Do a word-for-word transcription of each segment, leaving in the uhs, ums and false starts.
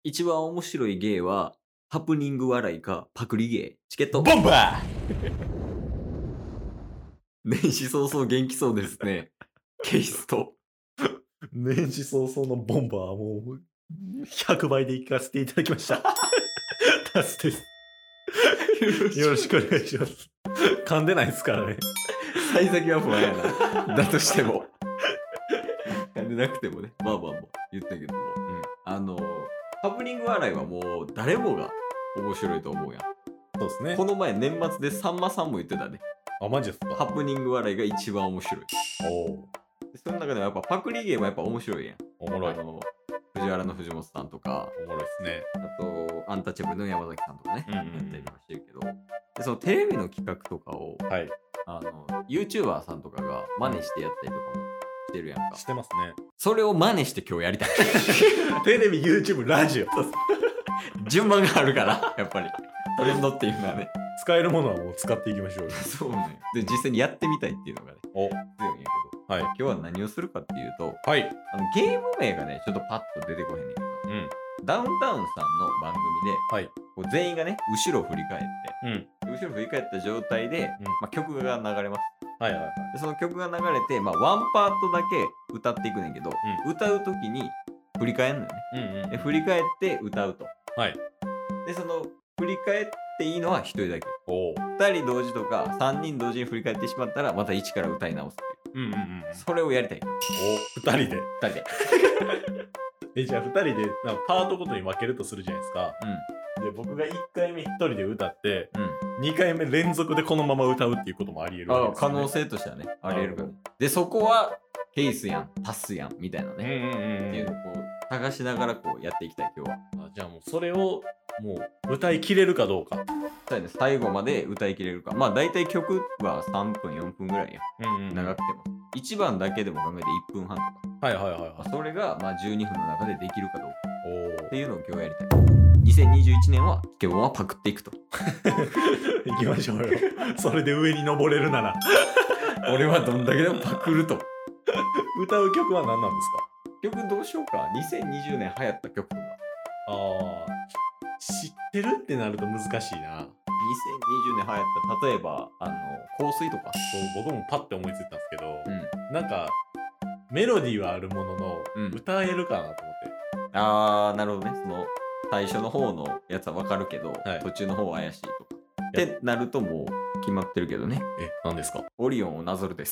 一番面白い芸はハプニング笑いかパクリ芸。チケット。 ボンバー年始早々元気そうですね。ケイスト。 年始早々のボンバーはもうひゃくばいで行かせていただきました。タスです。よろしくお願いします。噛んでないですからね。 幸先は不安やな。だとしても。噛んでなくてもね。まあまあまあ言ったけども。うん、あの、ハプニング笑いはもう誰もが面白いと思うやん。 そうですね。 この前年末でさんまさんも言ってたね。 あ、マジですか。 ハプニング笑いが一番面白い。 おお。 その中でもやっぱパクリ芸もやっぱ面白いやん。 おもろい。 あの藤原の藤本さんとか、 おもろいですね。 あとアンタッチャブルの山崎さんとかね、 うんうんうん、 やったりとかしてるけど、でそのテレビの企画とかを、 はい、 あの YouTuber さんとかが真似してやったりとかもしてるやんか。 してますね。 それを真似して今日やりたい。 テレビ、YouTube、ラジオ。 順番があるからやっぱりトレンドっていうのはね。 使えるものはもう使っていきましょうよ。 そうね。で実際にやってみたいっていうのがね、 お強いんやけど、 はい、 今日は何をするかっていうと、 はい、 あのゲーム名がねちょっとパッと出てこへんねんけど、 うん、 ダウンタウンさんの番組で、 はい、 こう全員がね後ろを振り返って、 うん、 後ろ振り返った状態で、 うん、 まあ、曲が流れます。 はいはいはい。 でその曲が流れて、まあ、ワンパートだけ歌っていくねんけど、うん、歌う時に振り返るのよね、うんうん、で振り返って歌うと。 はい。 でその振り返っていいのはひとりだけ。おふたり同時とかさんにん同時に振り返ってしまったらまた一から歌い直すっていう、うんうんうん、それをやりたい。 おふたりでふたりでえじゃあふたりでなんかパートごとに分けるとするじゃないですか、うん、で僕がいっかいめひとりで歌って、うん、にかいめ連続でこのまま歌うっていうこともあり得るわけですよね。 あ可能性としてはねあり得るから、ね、でそこはケースやんパスやんみたいなね、うんうんうん、っていうのをこう探しながらこうやっていきたい今日は。 あじゃあもうそれをもう歌い切れるかどうか。 そうやね、最後まで歌い切れるか。まあ大体曲はさんぷんよんぷんぐらいや、うんうんうん、長くてもいちばんだけでも考えていっぷんはんとか。はいはいはい、はい、まあ、それがまあじゅうにふんの中でできるかどうかおっていうのを今日やりたい。にせんにじゅういちねんはケボンはパクっていくと。 行きましょうよ。それで上に登れるなら。 俺はどんだけでもパクると。 歌う曲は何なんですか？曲どうしようか。にせんにじゅうねん流行った曲とか。 ああ、知ってるってなると難しいな。にせんにじゅうねん流行った例えばあの香水とか。 そう僕もパッて思いついたんですけど、うん、なんかメロディーはあるものの、うん、歌えるかなと思って。 あーなるほどね。その最初の方のやつはわかるけど、はい、途中の方は怪しいとかってなるともう決まってるけどね。 え、何ですか？ オリオンをなぞるです。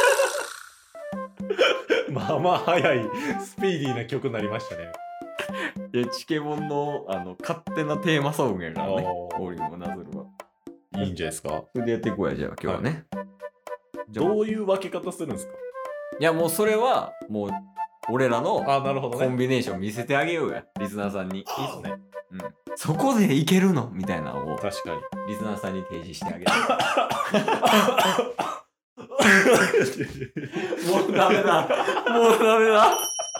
まあまあ早いスピーディーな曲になりましたね。 いやチケボンのあの勝手なテーマソングやからね。オリオンをなぞるは。 いいんじゃないですか。 それでやっていこうやじゃあ今日はね、はい、 どういう分け方するんですか？ いやもうそれはもう俺らのあなるほど、ね、 コンビネーション見せてあげようやリスナーさんに。いいっすね、 うん、そこでいけるのみたいなのを確かにリスナーさんに提示してあげる。もうダメだもうダメだ。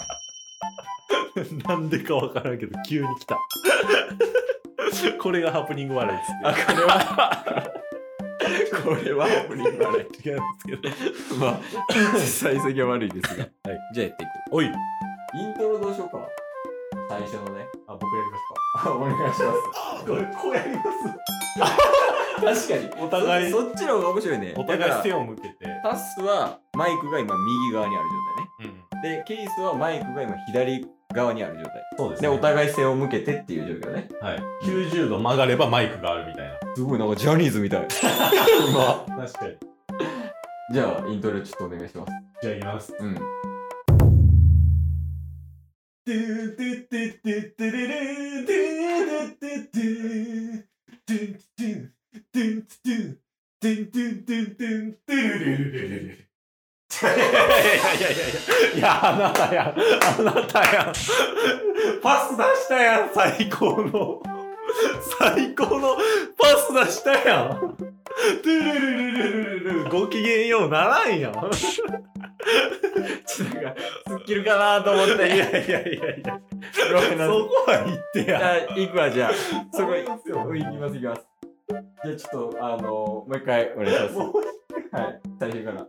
なんでかわからんけど急に来た。これがハプニング笑いですね。 あこれはこれはハプニング笑い違うんですけどまあ幸先は悪いですが、はい、じゃあやっていこう。 おいイントロどうしようか。最初のね。 あ僕やりますか。 お願いします。 これこうやります。 確かにお互いそ, そっちの方が面白いね。 お互い背を向けてタスはマイクが今右側にある状態ね、うん、でケイスはマイクが今左側にある状態。 そうですね。 でお互い背を向けてっていう状況ね。 はい。きゅうじゅうど曲がればマイクがあるみたいな。 すごいなんかジャニーズみたい。 今確かに。 じゃあイントロちょっとお願いします。 じゃあいきます。 うん。 トゥトゥトゥトゥトゥルルトゥトゥトゥトゥトゥトゥトゥトゥトゥトゥトゥトゥトゥトゥルルルルルル。いやいやいやいやいやあなたやあなたやパス出したやん。最高の最高のパス出したやん。トゥルルルルルルルご機嫌ようならんやん。 ちょっとなんかスッキルかなと思って。 いやいやいやいやそこは言ってや。 じゃあ行くわ。じゃあそこ行きますよ。行きます行きます。じゃあちょっとあのー、もう一回お願いします。はい最初から。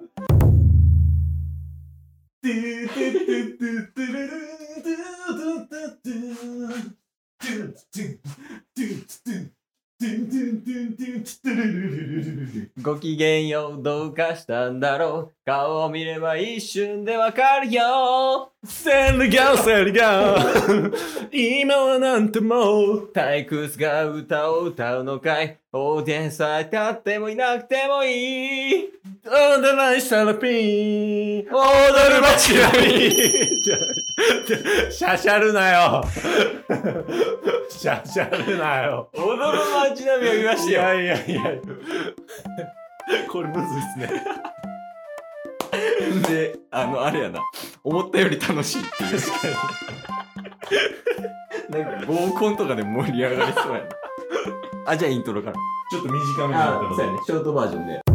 トゥトゥトゥトゥトゥルルトゥトゥトゥトゥごきげんようどうかしたんだろう顔を見れば一瞬でわかるよセリガンセリガン今はなんてもう退屈が歌を歌うのかいオーディエンスは立ってもいなくてもいい踊らしたらピーン踊る街並みシャシャるなよシャシャるなよ踊る街並みを見ましたよいやいやいやこれむずいっすねで、あの、あれやな思ったより楽しいっていうなんか合コンとかで盛り上がりそうやなあ、じゃあイントロからちょっと短めになったのそうやね、ショートバージョンで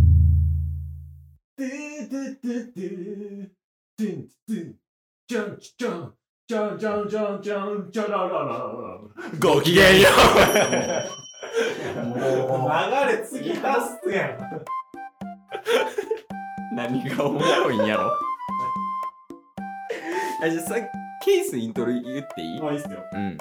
ごきげんようもう流れ次出すやん何がおもろいんやろあ、じゃあさケースイントロ言っていい？ まあいいっすようん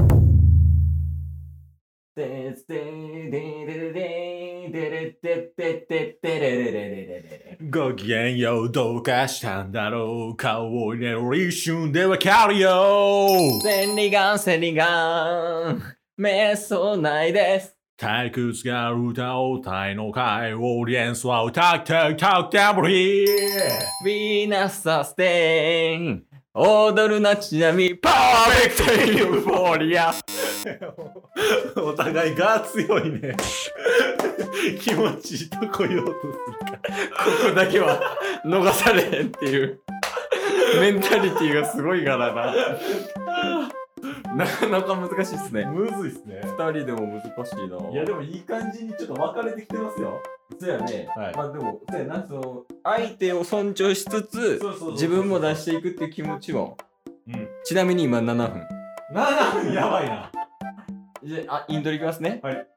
ででででででででででででごきげんようどうかしたんだろう顔を入れる一瞬でわかるよ千里眼千里眼目そうないです退屈が歌を歌いのかいオーディエンスは歌って歌ってもいいヴィーナスサステイン踊る街並みパーフェクトユーフォーリアお互いが強いね気持ちいいとこ言おうとするかここだけは逃されへんっていうメンタリティがすごいからななかなか難しいっすねむずいっすね二人でも難しいないやでもいい感じにちょっと分かれてきてますよそうやね、 はい、 まあでもそうやなその相手を尊重しつつ自分も出していくっていう気持ちも、うん、ちなみに今ななふんななふんやばいなじゃあイントロいきますねはい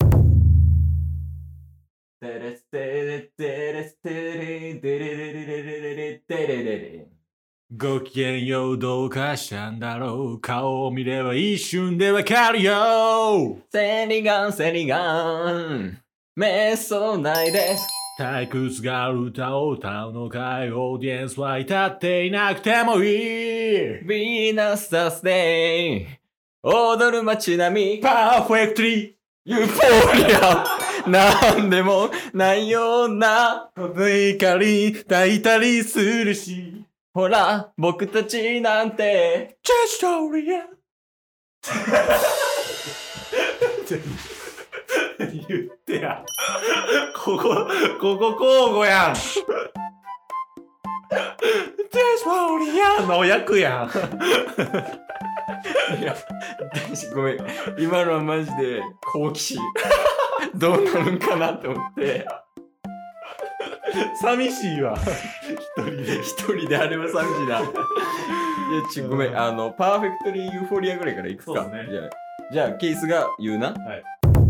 テレステレテレステレテレレレレレレレテレレレごきげんようどうかしたんだろう顔を見れば一瞬でわかるよセリガンセリガン目そうないです退屈が歌を歌うのかいオーディエンスは至っていなくてもいいヴィーナスサステイン踊る街並みパーフェクトリーユーフォーリアなんでもないような怒り抱いたりするしほら僕たちなんてジェストリア言ってやここここ交互やんジェストリアの役やんいやごめん今のはマジで好奇心どうなるんかなって思って寂しいわ一人で一人であれは寂しいないやちょごめんあのパーフェクトリーユーフォリアぐらいからいくつか、 ね、 じゃあじゃあケースが言うな、 はい、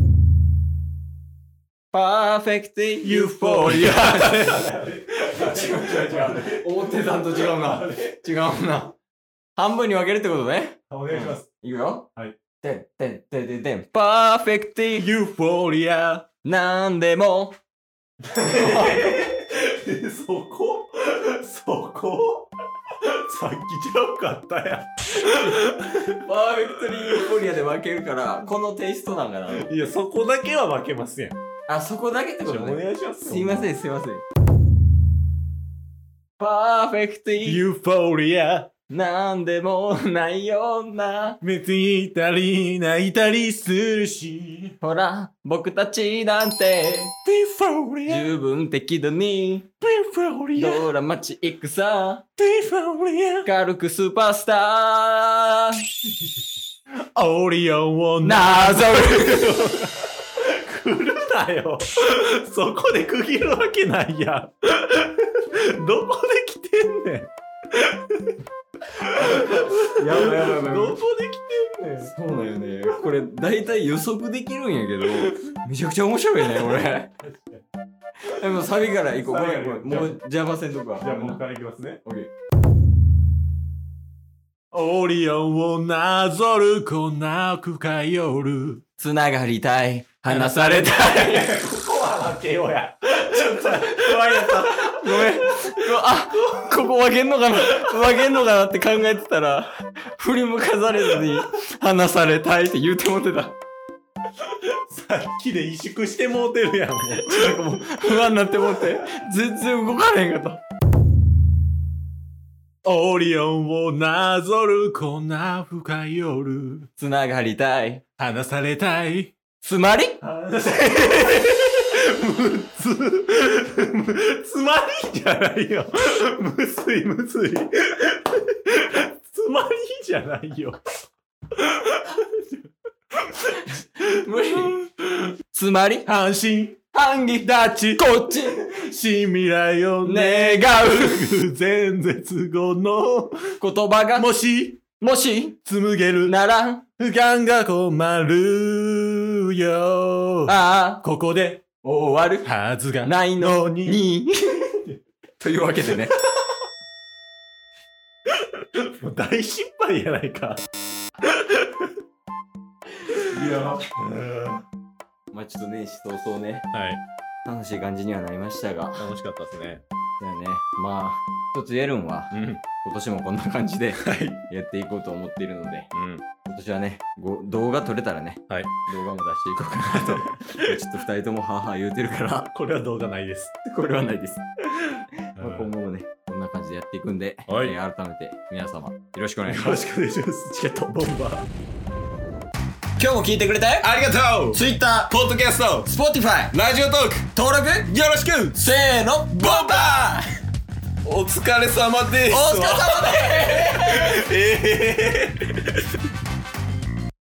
パーフェクトユーフォリア違う違う違う思ってたんと違うな違うな半分に分けるってことねお願いします、 うん、いくよはいてんてんてんてんてんパーフェクトユーフォリアなんでもそこそこさっきちゃうかったやんパーフェクトリーユーフォリアで分けるからこのテイストなんかないやそこだけは分けますやんあそこだけってことねお願いしますすいませんすいませんパーフェクトユーフォリアなんでもないような別にいたり泣いたりするしほら僕たちなんてビフォリア十分適度にビフォリアドラマチックさビフォリア軽くスーパースターオリオンをなぞる来るなよそこで区切るわけないやんどこで来てんねんやばいやばいやばいどこで来てんねんそうだよねこれ大体予測できるんやけどめちゃくちゃ面白いねこれでもサビから行こうごめんごめんもう邪魔せんとかじゃあもう一回いきますねオッケーオリオンをなぞるこんな深い夜。 つながりたい。話されたい。 ここは分けようや。ちょっと、怖いやった。 ごめん。あ、ここ分けんのかな分けんのかなって考えてたら、振り向かされずに、話されたいって言うてもってた。 さっきで萎縮してもうてるやん、もう。 なんかもう、不安になってもって、全然動かれへんかった。 オリオンをなぞるこんな深い夜。 つながりたい。 話されたい。 つまりむつ、つまりじゃないよ。むずいむずい。つまりじゃないよ。 無理。つまり半信半疑立ちこっち新未来を願う前絶後の言葉がもしもし紡げるなら不安が困るよ。 ああここで終わるはずがないのににというわけでねもう大失敗やないか。いや、 まあちょっと年始早々ね、 はい、 楽しい感じにはなりましたが、 楽しかったですね。 だよね。まあ一つ言えるんは、うん、今年もこんな感じでやっていこうと思っているので、うん、今年はねご動画撮れたらね、はい、動画も出していこうかなとちょっとふたりともはーはー言うてるからこれは動画ないです。 これはないです。まあ今後もねこんな感じでやっていくんで、はい、えー、改めて皆様よろしくお願いします。 よろしくお願いします。チケットボンバー。 今日も聞いてくれてありがとう。 Twitter、 ポッドキャスト、 Spotify、 ラジオトーク登録よろしく。 せーのボンバー。お疲れ様です。 お疲れ様です。 ええー